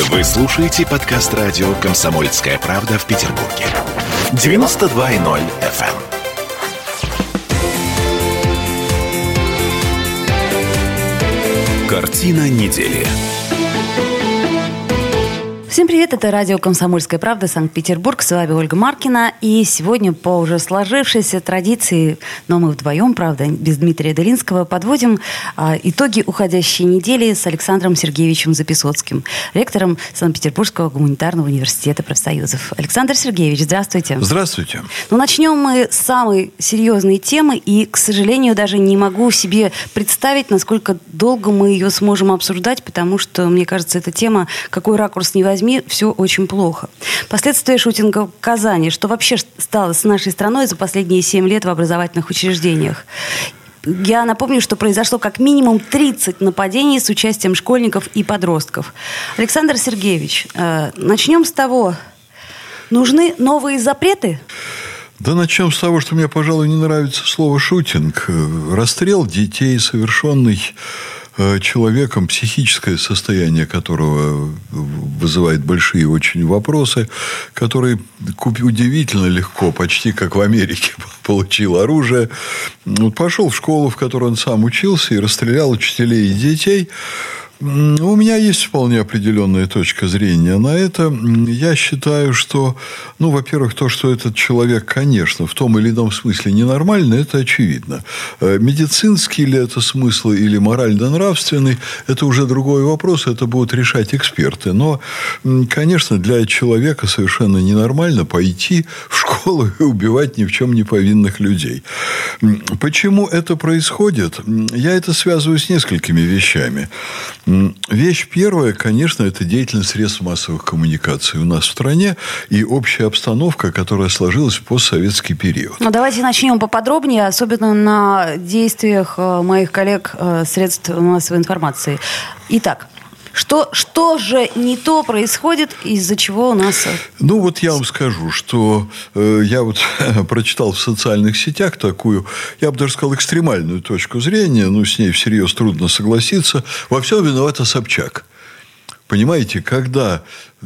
Вы слушаете подкаст радио «Комсомольская правда» в Петербурге. 92.0 FM. Картина недели. Всем привет, это радио «Комсомольская правда», Санкт-Петербург. С вами Ольга Маркина. И сегодня по уже сложившейся традиции, но мы вдвоем, правда, без Дмитрия Делинского, подводим итоги уходящей недели с Александром Сергеевичем Записоцким, ректором Санкт-Петербургского гуманитарного университета профсоюзов. Александр Сергеевич, здравствуйте. Здравствуйте. Ну, начнем мы с самой серьезной темы. И, к сожалению, даже не могу себе представить, насколько долго мы ее сможем обсуждать, потому что, мне кажется, эта тема, какой ракурс не возьми, все очень плохо. Последствия шутинга в Казани. Что вообще стало с нашей страной за последние 7 лет в образовательных учреждениях? Я напомню, что произошло как минимум 30 нападений с участием школьников и подростков. Александр Сергеевич, начнем с того, нужны новые запреты? Да начнем с того, что мне, пожалуй, не нравится слово «шутинг». Расстрел детей, совершенный человеком, психическое состояние которого вызывает большие очень вопросы, который удивительно легко, почти как в Америке, получил оружие. Вот пошел в школу, в которой он сам учился, и расстрелял учителей и детей. У меня есть вполне определенная точка зрения на это. Я считаю, что, во-первых, то, что этот человек, конечно, в том или ином смысле ненормальный, это очевидно. Медицинский ли это смысл или морально-нравственный, это уже другой вопрос, это будут решать эксперты. Но, конечно, для человека совершенно ненормально пойти в школу и убивать ни в чем не повинных людей. Почему это происходит? Я это связываю с несколькими вещами. Вещь первая, конечно, это деятельность средств массовых коммуникаций у нас в стране и общая обстановка, которая сложилась в постсоветский период. Давайте начнем поподробнее, особенно на действиях моих коллег средств массовой информации. Итак, что же не то происходит, из-за чего у нас... Я вам скажу, что я прочитал в социальных сетях такую, я бы даже сказал, экстремальную точку зрения, с ней всерьез трудно согласиться. Во всем виновата Собчак. Понимаете, когда...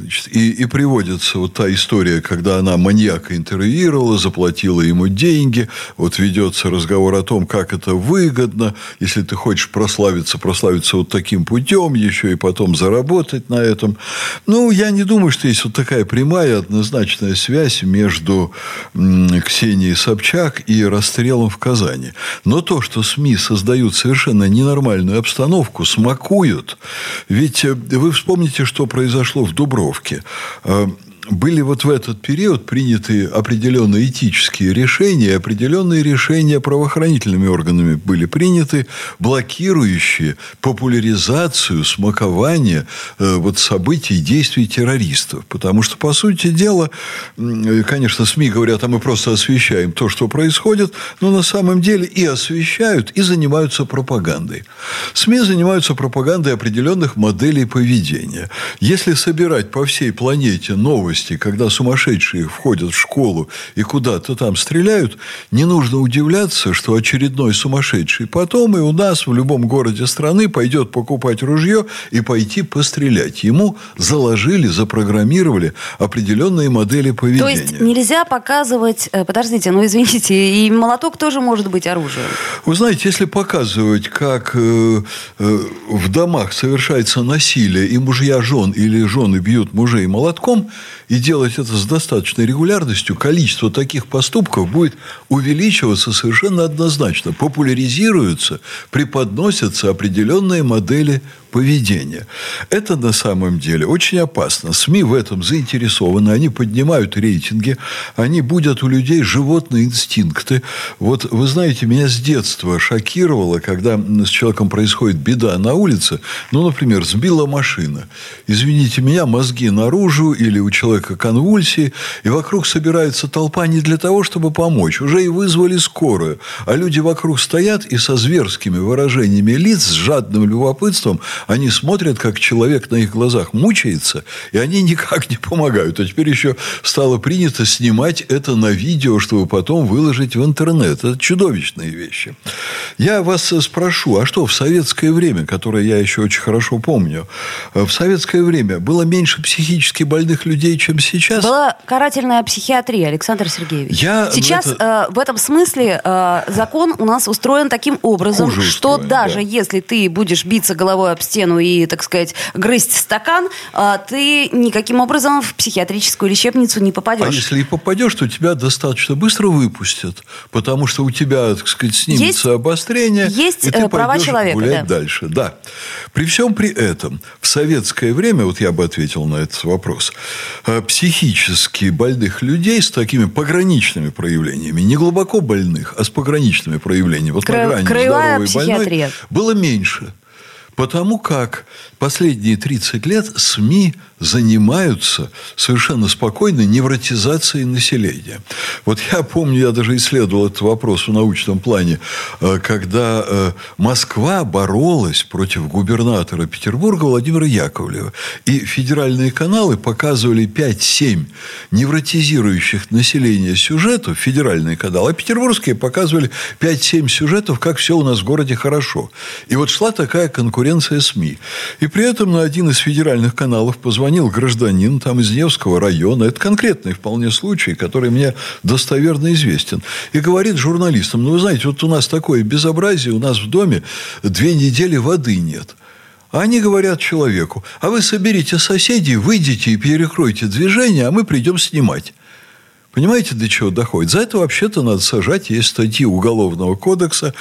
И приводится та история, когда она маньяка интервьюировала, заплатила ему деньги. Ведется разговор о том, как это выгодно. Если ты хочешь прославиться таким путем, еще и потом заработать на этом. Я не думаю, что есть такая прямая, однозначная связь между Ксенией Собчак и расстрелом в Казани. Но то, что СМИ создают совершенно ненормальную обстановку, смакуют. Ведь вы вспомните, что произошло в Дубровке. Были в этот период приняты определенные этические решения, определенные решения правоохранительными органами были приняты, блокирующие популяризацию, смакование событий и действий террористов. Потому что, по сути дела, конечно, СМИ говорят, мы просто освещаем то, что происходит, но на самом деле и освещают, и занимаются пропагандой. СМИ занимаются пропагандой определенных моделей поведения. Если собирать по всей планете новости, когда сумасшедшие входят в школу и куда-то там стреляют, не нужно удивляться, что очередной сумасшедший потом и у нас в любом городе страны пойдет покупать ружье и пойти пострелять. Ему заложили, запрограммировали определенные модели поведения. То есть нельзя показывать... Подождите, извините, и молоток тоже может быть оружием. Вы знаете, если показывать, как в домах совершается насилие, и мужья жен или жены бьют мужей молотком, и делать это с достаточной регулярностью, количество таких поступков будет увеличиваться совершенно однозначно. Популяризируются, преподносятся определенные модели поведения. Это на самом деле очень опасно. СМИ в этом заинтересованы, они поднимают рейтинги, они будят у людей животные инстинкты. Вы знаете, меня с детства шокировало, когда с человеком происходит беда на улице, например, сбила машина. Извините меня, мозги наружу или у человека конвульсии, и вокруг собирается толпа не для того, чтобы помочь. Уже и вызвали скорую. А люди вокруг стоят и со зверскими выражениями лиц, с жадным любопытством Они смотрят, как человек на их глазах мучается, и они никак не помогают. А теперь еще стало принято снимать это на видео, чтобы потом выложить в интернет. Это чудовищные вещи. Я вас спрошу, а что в советское время, которое я еще очень хорошо помню, в советское время было меньше психически больных людей, чем сейчас? Была карательная психиатрия, Александр Сергеевич. Сейчас в этом смысле закон у нас устроен таким образом, что даже если ты будешь биться головой об стену и, так сказать, грызть стакан, ты никаким образом в психиатрическую лечебницу не попадешь. А если и попадешь, то тебя достаточно быстро выпустят, потому что у тебя, так сказать, снимется обострение, есть и ты права пойдешь человека, гулять дальше. Да. При всем при этом, в советское время, вот я бы ответил на этот вопрос, психически больных людей с такими пограничными проявлениями, не глубоко больных, а с пограничными проявлениями, вот на грани здоровый больной, было меньше. Потому как последние 30 лет СМИ занимаются совершенно спокойно невротизацией населения. Вот я помню, я даже исследовал этот вопрос в научном плане, когда Москва боролась против губернатора Петербурга Владимира Яковлева. И федеральные каналы показывали 5-7 невротизирующих население сюжетов, федеральные каналы, а петербургские показывали 5-7 сюжетов, как все у нас в городе хорошо. И вот шла такая конкуренция СМИ. И при этом на один из федеральных каналов позвонил гражданин там из Невского района. Это конкретный вполне случай, который мне достоверно известен. И говорит журналистам: ну, вы знаете, вот у нас такое безобразие, у нас в доме 2 недели воды нет. А они говорят человеку: а вы соберите соседей, выйдите и перекройте движение, а мы придем снимать. Понимаете, до чего доходит? За это вообще-то надо сажать, есть статьи Уголовного кодекса.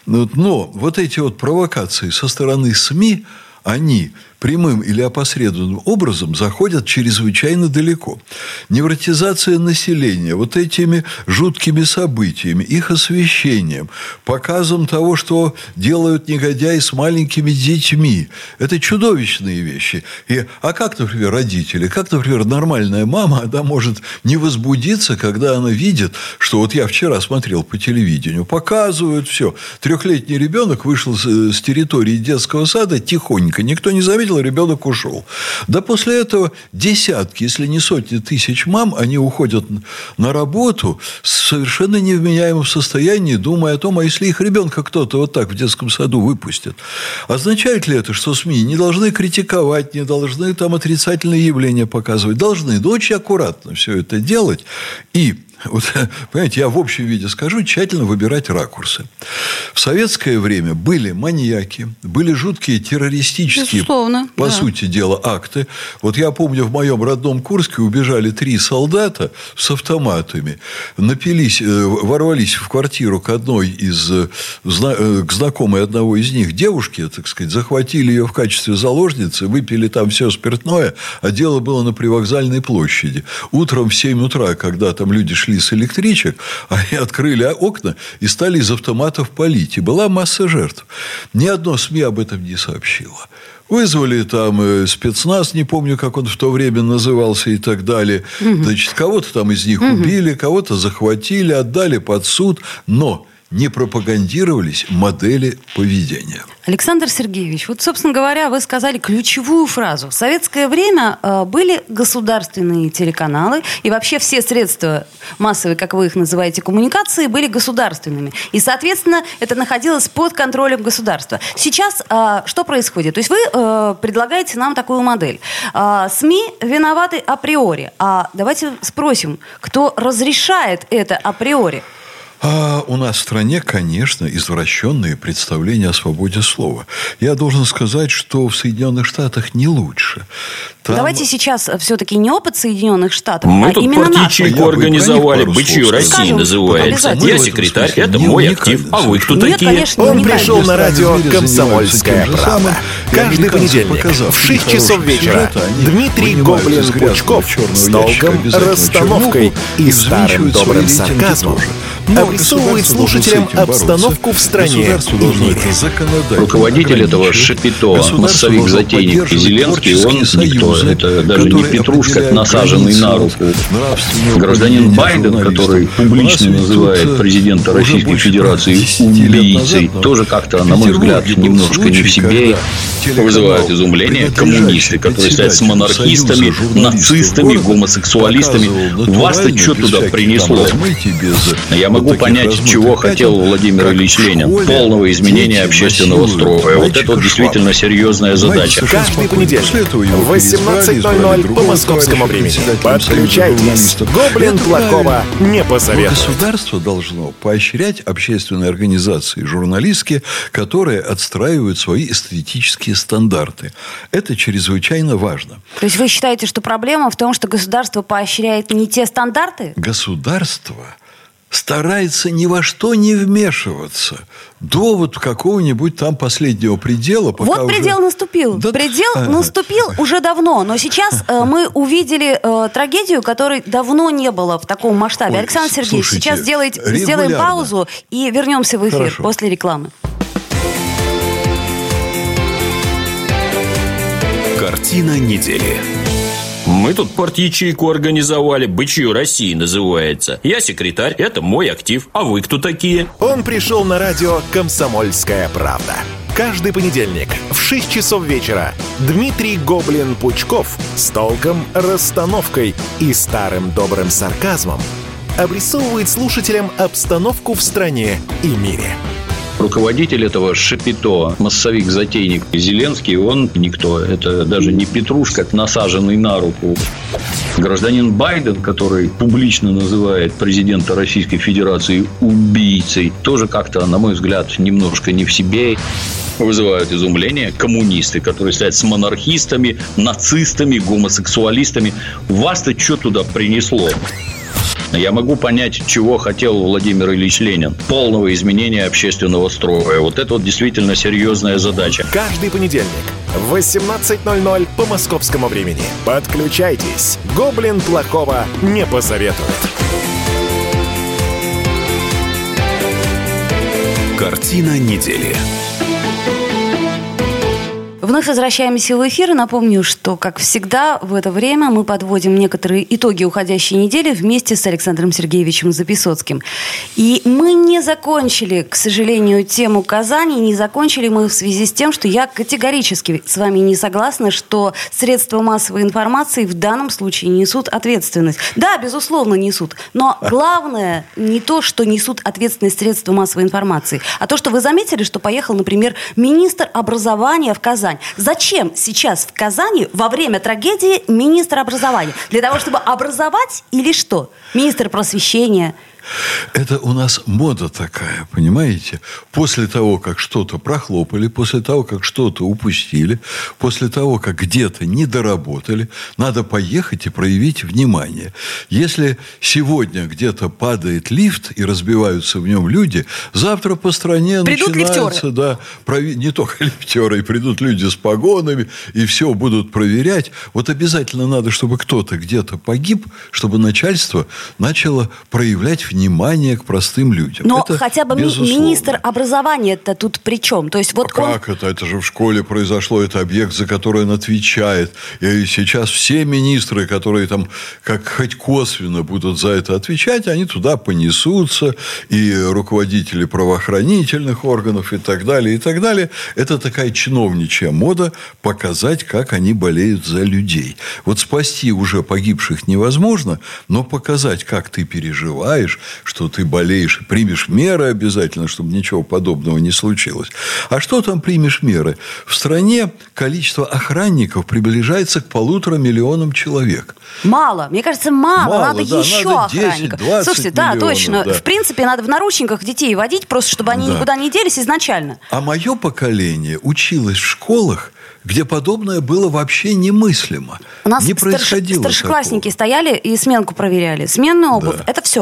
Но вот эти вот провокации со стороны СМИ, они прямым или опосредованным образом заходят чрезвычайно далеко. Невротизация населения вот этими жуткими событиями, их освещением, показом того, что делают негодяи с маленькими детьми. Это чудовищные вещи. А как, например, родители, как, например, нормальная мама, она может не возбудиться, когда она видит, что вот я вчера смотрел по телевидению, показывают все. 3-летний ребенок вышел с территории детского сада тихонько, никто не заметил, ребенок ушел. Да после этого десятки, если не сотни тысяч мам, они уходят на работу в совершенно невменяемом состоянии, думая о том, а если их ребенка кто-то вот так в детском саду выпустит. Означает ли это, что СМИ не должны критиковать, не должны там отрицательные явления показывать? Должны, но очень аккуратно все это делать. И вот, понимаете, я в общем виде скажу, тщательно выбирать ракурсы. В советское время были маньяки, были жуткие террористические, по сути дела, акты. Вот я помню, в моем родном Курске убежали 3 солдата с автоматами, напились, ворвались в квартиру к одной из, к знакомой одного из них девушки, так сказать, захватили ее в качестве заложницы, выпили там все спиртное, а дело было на Привокзальной площади. Утром в 7 утра, когда там люди шли с электричек, они открыли окна и стали из автоматов палить. И была масса жертв. Ни одно СМИ об этом не сообщило. Вызвали там спецназ, не помню, как он в то время назывался и так далее. Значит, кого-то там из них убили, кого-то захватили, отдали под суд. Но не пропагандировались модели поведения. Александр Сергеевич, вот, собственно говоря, вы сказали ключевую фразу. В советское время были государственные телеканалы, и вообще все средства массовой, как вы их называете, коммуникации, были государственными. И, соответственно, это находилось под контролем государства. Сейчас что происходит? То есть вы предлагаете нам такую модель. СМИ виноваты априори. А давайте спросим, кто разрешает это априори? А у нас в стране, конечно, извращенные представления о свободе слова. Я должен сказать, что в Соединенных Штатах не лучше. Там... Давайте сейчас все-таки не опыт Соединенных Штатов, мы а тут именно наш. ячейку организовали, «Бычью России» называется. Я секретарь, это мой актив. А вы кто такие? Конечно, он пришел на радио «Комсомольская правда». Каждый понедельник в 6 часов вечера Дмитрий Гоблин-Пучков с толком, расстановкой и старым добрым сарказмом обрисовывает слушателям обстановку в стране и мире. Руководитель этого шапито, массовик-затейник Зеленский, он никто. что это даже не петрушка, насаженный на руку. Гражданин Байден, который публично называет президента Российской Федерации убийцей, тоже как-то, на мой взгляд, немножко не в себе. Вызывают изумление коммунисты, которые стоят с монархистами, нацистами, гомосексуалистами. Вас-то что туда принесло? Я могу понять, чего хотел Владимир Ильич Ленин. Полного изменения общественного строя. Вот это вот действительно серьезная задача. Каждый понедельник в 18:00 по московскому времени. Подключайтесь. Гоблин плохого не посоветует. Государство должно поощрять общественные организации, журналистские, которые отстраивают свои эстетические стандарты. Это чрезвычайно важно. То есть вы считаете, что проблема в том, что государство поощряет не те стандарты? Государство старается ни во что не вмешиваться до вот какого-нибудь там последнего предела. Вот предел наступил. Да, предел наступил уже давно. Но сейчас мы увидели трагедию, которой давно не было в таком масштабе. Александр Сергеевич, сейчас сделаем паузу и вернемся в эфир после рекламы. Картина недели. Мы тут парт-ячейку организовали, «Бычью России» называется. Я секретарь, это мой актив. А вы кто такие? Он пришел на радио «Комсомольская правда». Каждый понедельник в 6 часов вечера Дмитрий Гоблин-Пучков с толком, расстановкой и старым добрым сарказмом обрисовывает слушателям обстановку в стране и мире. Руководитель этого шапито, массовик-затейник Зеленский, он никто. Это даже не петрушка, насаженный на руку. Гражданин Байден, который публично называет президента Российской Федерации убийцей, тоже как-то, на мой взгляд, немножко не в себе. Вызывают изумление коммунисты, которые стоят с монархистами, нацистами, гомосексуалистами. Вас-то что туда принесло? Я могу понять, чего хотел Владимир Ильич Ленин. Полного изменения общественного строя. Вот это вот действительно серьезная задача. Каждый понедельник в 18:00 по московскому времени. Подключайтесь. Гоблин плохого не посоветует. Картина недели. Вновь возвращаемся в эфир. Напомню, что, как всегда, в это время мы подводим некоторые итоги уходящей недели вместе с Александром Сергеевичем Записоцким. И мы не закончили, к сожалению, тему Казани. Не закончили мы в связи с тем, что я категорически с вами не согласна, что средства массовой информации в данном случае несут ответственность. Да, безусловно, несут. Но главное не то, что несут ответственность средства массовой информации, а то, что вы заметили, что поехал, например, министр образования в Казань. Зачем сейчас в Казани во время трагедии министр образования? Для того, чтобы образовать или что? Министр просвещения? Это у нас мода такая, понимаете? После того, как что-то прохлопали, после того, как что-то упустили, после того, как где-то не доработали, надо поехать и проявить внимание. Если сегодня где-то падает лифт и разбиваются в нем люди, завтра по стране придут начинается... Да, не только лифтеры, и придут люди с погонами, и все будут проверять. Вот обязательно надо, чтобы кто-то где-то погиб, чтобы начальство начало проявлять внимание к простым людям. Но это хотя бы министр образования-то тут при чем? То есть, вот как это? Это же в школе произошло, это объект, за который он отвечает. И сейчас все министры, которые там как хоть косвенно будут за это отвечать, они туда понесутся, и руководители правоохранительных органов, и так далее, и так далее. Это такая чиновничья мода показать, как они болеют за людей. Вот спасти уже погибших невозможно, но показать, как ты переживаешь, что ты болеешь, примешь меры обязательно, чтобы ничего подобного не случилось. А что там примешь меры? В стране количество охранников приближается к 1,5 миллиона человек. Мало. Мне кажется, мало. Надо еще надо охранников. 10-20 Слушайте, да, миллионов, точно. Да. В принципе, надо в наручниках детей водить, просто чтобы они никуда не делись изначально. А мое поколение училось в школах, где подобное было вообще немыслимо. У нас не происходило старшеклассники такого. стояли и сменку проверяли. Сменную обувь. Да. Это все, что было.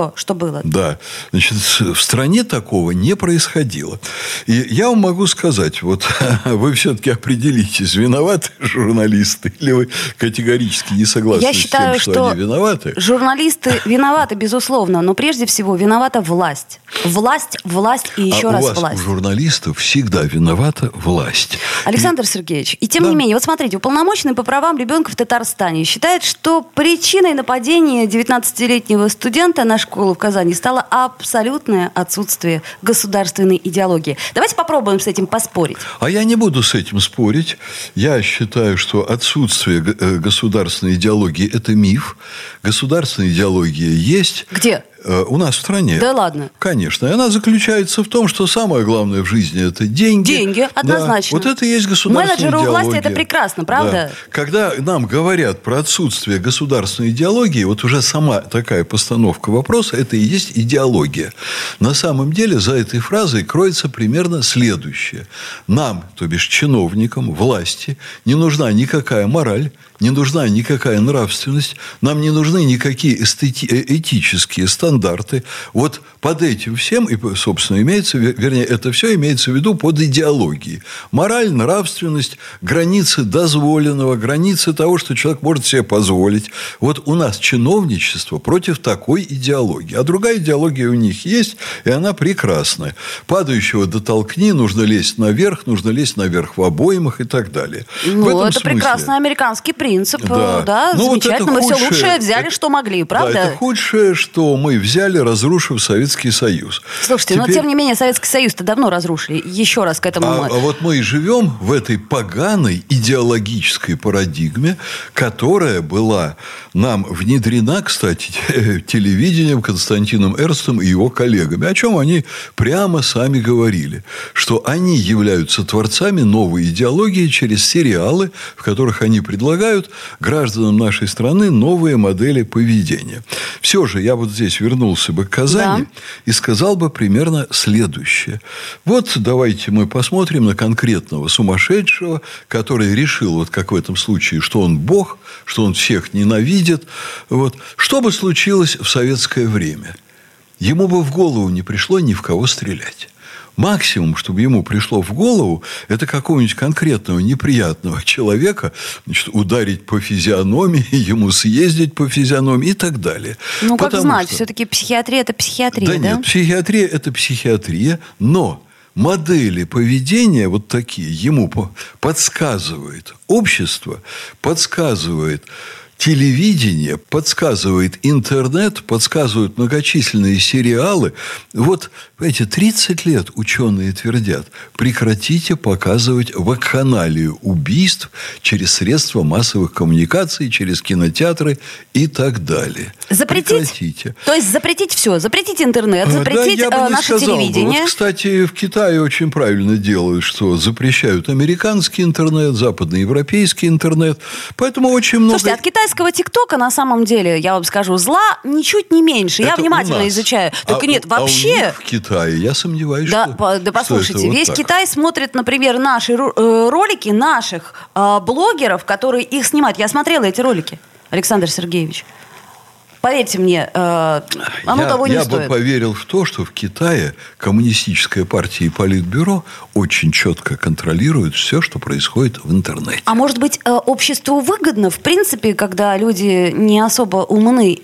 было. Да. Значит, в стране такого не происходило. И я вам могу сказать, вот вы все-таки определитесь, виноваты журналисты или вы категорически не согласны Я считаю, с тем, что они виноваты? Журналисты виноваты, безусловно, но прежде всего виновата власть. Власть и еще раз власть. У журналистов всегда виновата власть. Александр Сергеевич, и тем не менее, вот смотрите, уполномоченный по правам ребенка в Татарстане считает, что причиной нападения 19-летнего студента на школу в Казани стало абсолютное отсутствие государственной идеологии. Давайте попробуем с этим поспорить. А я не буду с этим спорить. Я считаю, что отсутствие государственной идеологии – это миф. Государственная идеология есть. Где? У нас в стране. Да ладно. Конечно. И она заключается в том, что самое главное в жизни – это деньги. Деньги, однозначно. Да. Вот это и есть государственная менеджеры идеология. у власти – это прекрасно, правда? Да. Когда нам говорят про отсутствие государственной идеологии, вот уже сама такая постановка вопроса – это и есть идеология. На самом деле за этой фразой кроется примерно следующее. Нам, то бишь чиновникам, власти, не нужна никакая мораль, не нужна никакая нравственность, нам не нужны никакие этические стандарты. Вот под этим всем, и, собственно, это все имеется в виду под идеологией. Мораль, нравственность, границы дозволенного, границы того, что человек может себе позволить. Вот у нас чиновничество против такой идеологии. А другая идеология у них есть, и она прекрасная. Падающего дотолкни, нужно лезть наверх в обоймах и так далее. Ну, это прекрасный американский принцип. Да, ну, замечательно. Вот мы все лучшее взяли, что могли, правда? Да, это худшее, что мы взяли, разрушив Советский Союз. Слушайте, но тем не менее Советский Союз-то давно разрушили. Еще раз к этому... А вот мы и живем в этой поганой идеологической парадигме, которая была нам внедрена, кстати, телевидением, Константином Эрнстом и его коллегами. О чем они прямо сами говорили. Что они являются творцами новой идеологии через сериалы, в которых они предлагают гражданам нашей страны новые модели поведения. Все же я вот здесь вернулся бы к Казани и сказал бы примерно следующее. Вот давайте мы посмотрим на конкретного сумасшедшего, который решил, вот как в этом случае, что он Бог, что он всех ненавидит. Вот. Что бы случилось в советское время? Ему бы в голову не пришло ни в кого стрелять. Максимум, чтобы ему пришло в голову, это какого-нибудь конкретного неприятного человека, значит, ударить по физиономии, ему съездить по физиономии и так далее. Ну, как знать, все-таки психиатрия – это психиатрия, да? Нет, психиатрия – это психиатрия, но модели поведения вот такие ему подсказывает общество, подсказывает телевидение, подсказывает интернет, подсказывают многочисленные сериалы. Вот, понимаете, 30 лет ученые твердят, прекратите показывать вакханалию убийств через средства массовых коммуникаций, через кинотеатры и так далее. Запретить? Прекратите. То есть запретить все? Запретить интернет, запретить наше телевидение? Вот, кстати, в Китае очень правильно делают, что запрещают американский интернет, западноевропейский интернет. Поэтому очень много... Слушайте, от китайского ТикТока на самом деле, я вам скажу, зла ничуть не меньше. Я внимательно изучаю. Только нет, вообще... у них в Китае, я сомневаюсь, да, послушайте, вот весь так. Китай смотрит, например, наши ролики наших блогеров, которые их снимают. Я смотрела эти ролики, Александр Сергеевич. Поверьте мне, оно того не стоит. Я бы поверил в то, что в Китае коммунистическая партия и политбюро очень четко контролируют все, что происходит в интернете. А может быть, обществу выгодно, в принципе, когда люди не особо умны?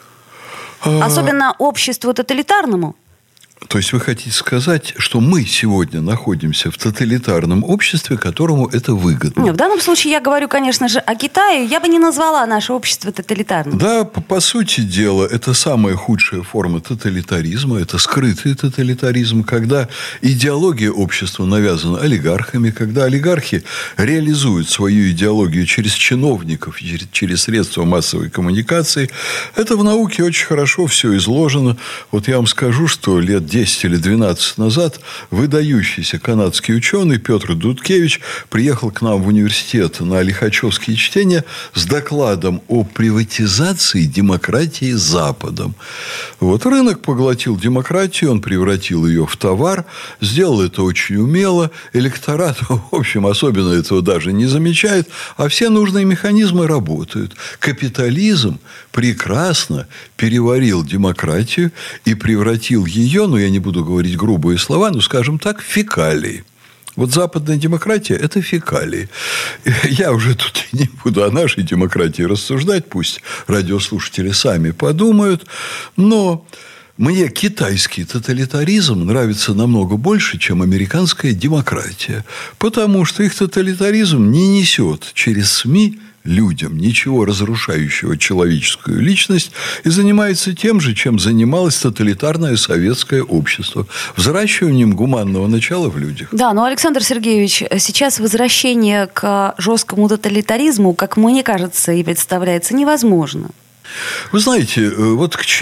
Особенно обществу тоталитарному? То есть вы хотите сказать, что мы сегодня находимся в тоталитарном обществе, которому это выгодно? Нет, в данном случае я говорю, конечно же, о Китае. Я бы не назвала наше общество тоталитарным. Да, по сути дела, это самая худшая форма тоталитаризма. Это скрытый тоталитаризм, когда идеология общества навязана олигархами, когда олигархи реализуют свою идеологию через чиновников, через средства массовой коммуникации. Это в науке очень хорошо все изложено. Вот я вам скажу, что лет 10 или 12 назад выдающийся канадский ученый Петр Дудкевич приехал к нам в университет на лихачевские чтения с докладом о приватизации демократии Западом. Вот рынок поглотил демократию, он превратил ее в товар, сделал это очень умело, электорат, в общем, особенно этого даже не замечает, а все нужные механизмы работают. Капитализм прекрасно переварил демократию и превратил ее, я не буду говорить грубые слова, скажем так, в фекалии. Вот западная демократия – это фекалии. Я уже тут не буду о нашей демократии рассуждать, пусть радиослушатели сами подумают, но мне китайский тоталитаризм нравится намного больше, чем американская демократия, потому что их тоталитаризм не несет через СМИ людям ничего разрушающего человеческую личность и занимается тем же, чем занималось тоталитарное советское общество – взращиванием гуманного начала в людях. Да, но, Александр Сергеевич, сейчас возвращение к жесткому тоталитаризму, как мне кажется и представляется, невозможно. Вы знаете, вот к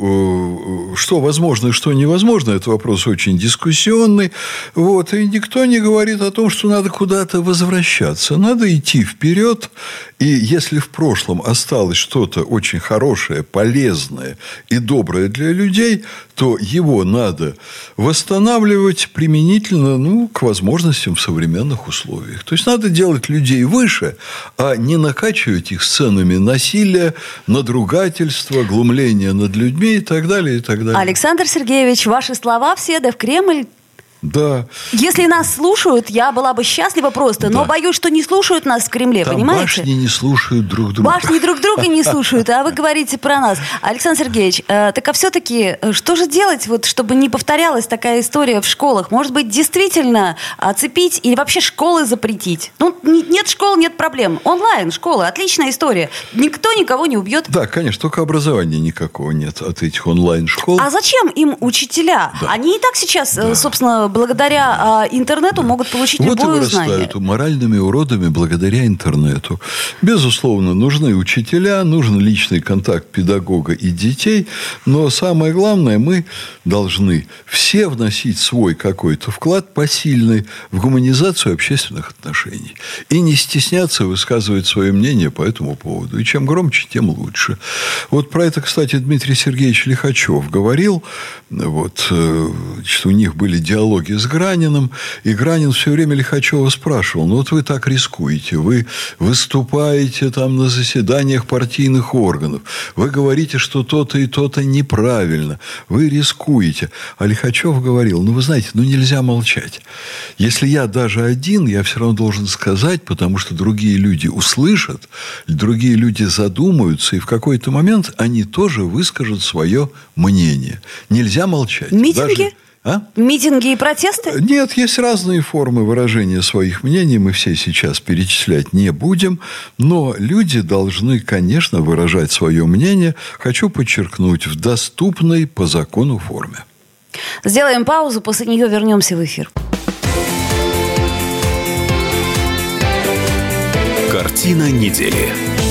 чему, что возможно и что невозможно, это вопрос очень дискуссионный. Вот, и никто не говорит о том, что надо куда-то возвращаться. Надо идти вперед. И если в прошлом осталось что-то очень хорошее, полезное и доброе для людей, то его надо восстанавливать применительно к возможностям в современных условиях. То есть, надо делать людей выше, а не накачивать их сценами насилия, надругательства, глумления над людьми и так далее, и так далее. Александр Сергеевич, ваши слова все, да в Кремль. Да. Если нас слушают, я была бы счастлива просто, но боюсь, что не слушают нас в Кремле, там понимаете? Башни не слушают друг друга. Башни друг друга не слушают, а вы говорите про нас. Александр Сергеевич, так а все-таки что же делать, вот, чтобы не повторялась такая история в школах? Может быть, действительно оцепить или вообще школы запретить? Нет школ, нет проблем. Онлайн школы, отличная история. Никто никого не убьет. Да, конечно, только образования никакого нет от этих онлайн-школ. А зачем им учителя? Да. Они и так сейчас, собственно, благодаря интернету могут получить любое знание. Вот и вырастают моральными уродами благодаря интернету. Безусловно, нужны учителя, нужен личный контакт педагога и детей, но самое главное, мы должны все вносить свой какой-то вклад посильный в гуманизацию общественных отношений. И не стесняться высказывать свое мнение по этому поводу. И чем громче, тем лучше. Вот про это, кстати, Дмитрий Сергеевич Лихачев говорил. Вот, что у них были диалоги с Граниным, и Гранин все время Лихачева спрашивал: вот вы так рискуете, вы выступаете там на заседаниях партийных органов, вы говорите, что то-то и то-то неправильно, вы рискуете. А Лихачев говорил: вы знаете, нельзя молчать. Если я даже один, я все равно должен сказать, потому что другие люди услышат, другие люди задумаются, и в какой-то момент они тоже выскажут свое мнение. Нельзя молчать. Митинги? Митинги и протесты? Нет, есть разные формы выражения своих мнений. Мы все сейчас перечислять не будем. Но люди должны, конечно, выражать свое мнение, хочу подчеркнуть, в доступной по закону форме. Сделаем паузу, после нее вернемся в эфир. Картина недели.